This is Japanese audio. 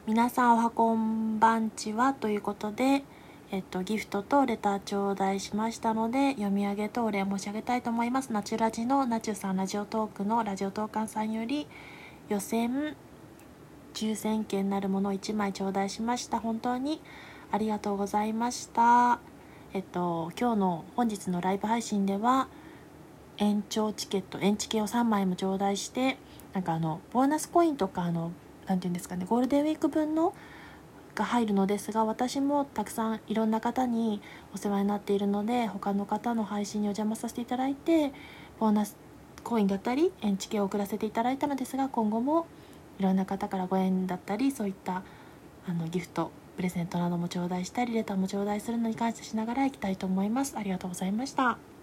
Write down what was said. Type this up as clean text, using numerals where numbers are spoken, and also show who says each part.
Speaker 1: 皆さんおはこんばんちはということで、ギフトとレター頂戴しましたので、読み上げとお礼申し上げたいと思います。ナチュラジのナチュさん、ラジオトークのラジオトーカンさんより予選抽選券なるものを1枚頂戴しました。本当にありがとうございました。今日の本日のライブ配信では延長チケット、延チケを3枚も頂戴して、ボーナスコインとかなんていうんですかね、ゴールデンウィーク分のが入るのですが、私もたくさんいろんな方にお世話になっているので、他の方の配信にお邪魔させていただいてボーナスコインだったり延チケを送らせていただいたのですが、今後もいろんな方からご縁だったり、そういったギフトプレゼントなども頂戴したり、レターも頂戴するのに感謝しながらいきたいと思います。ありがとうございました。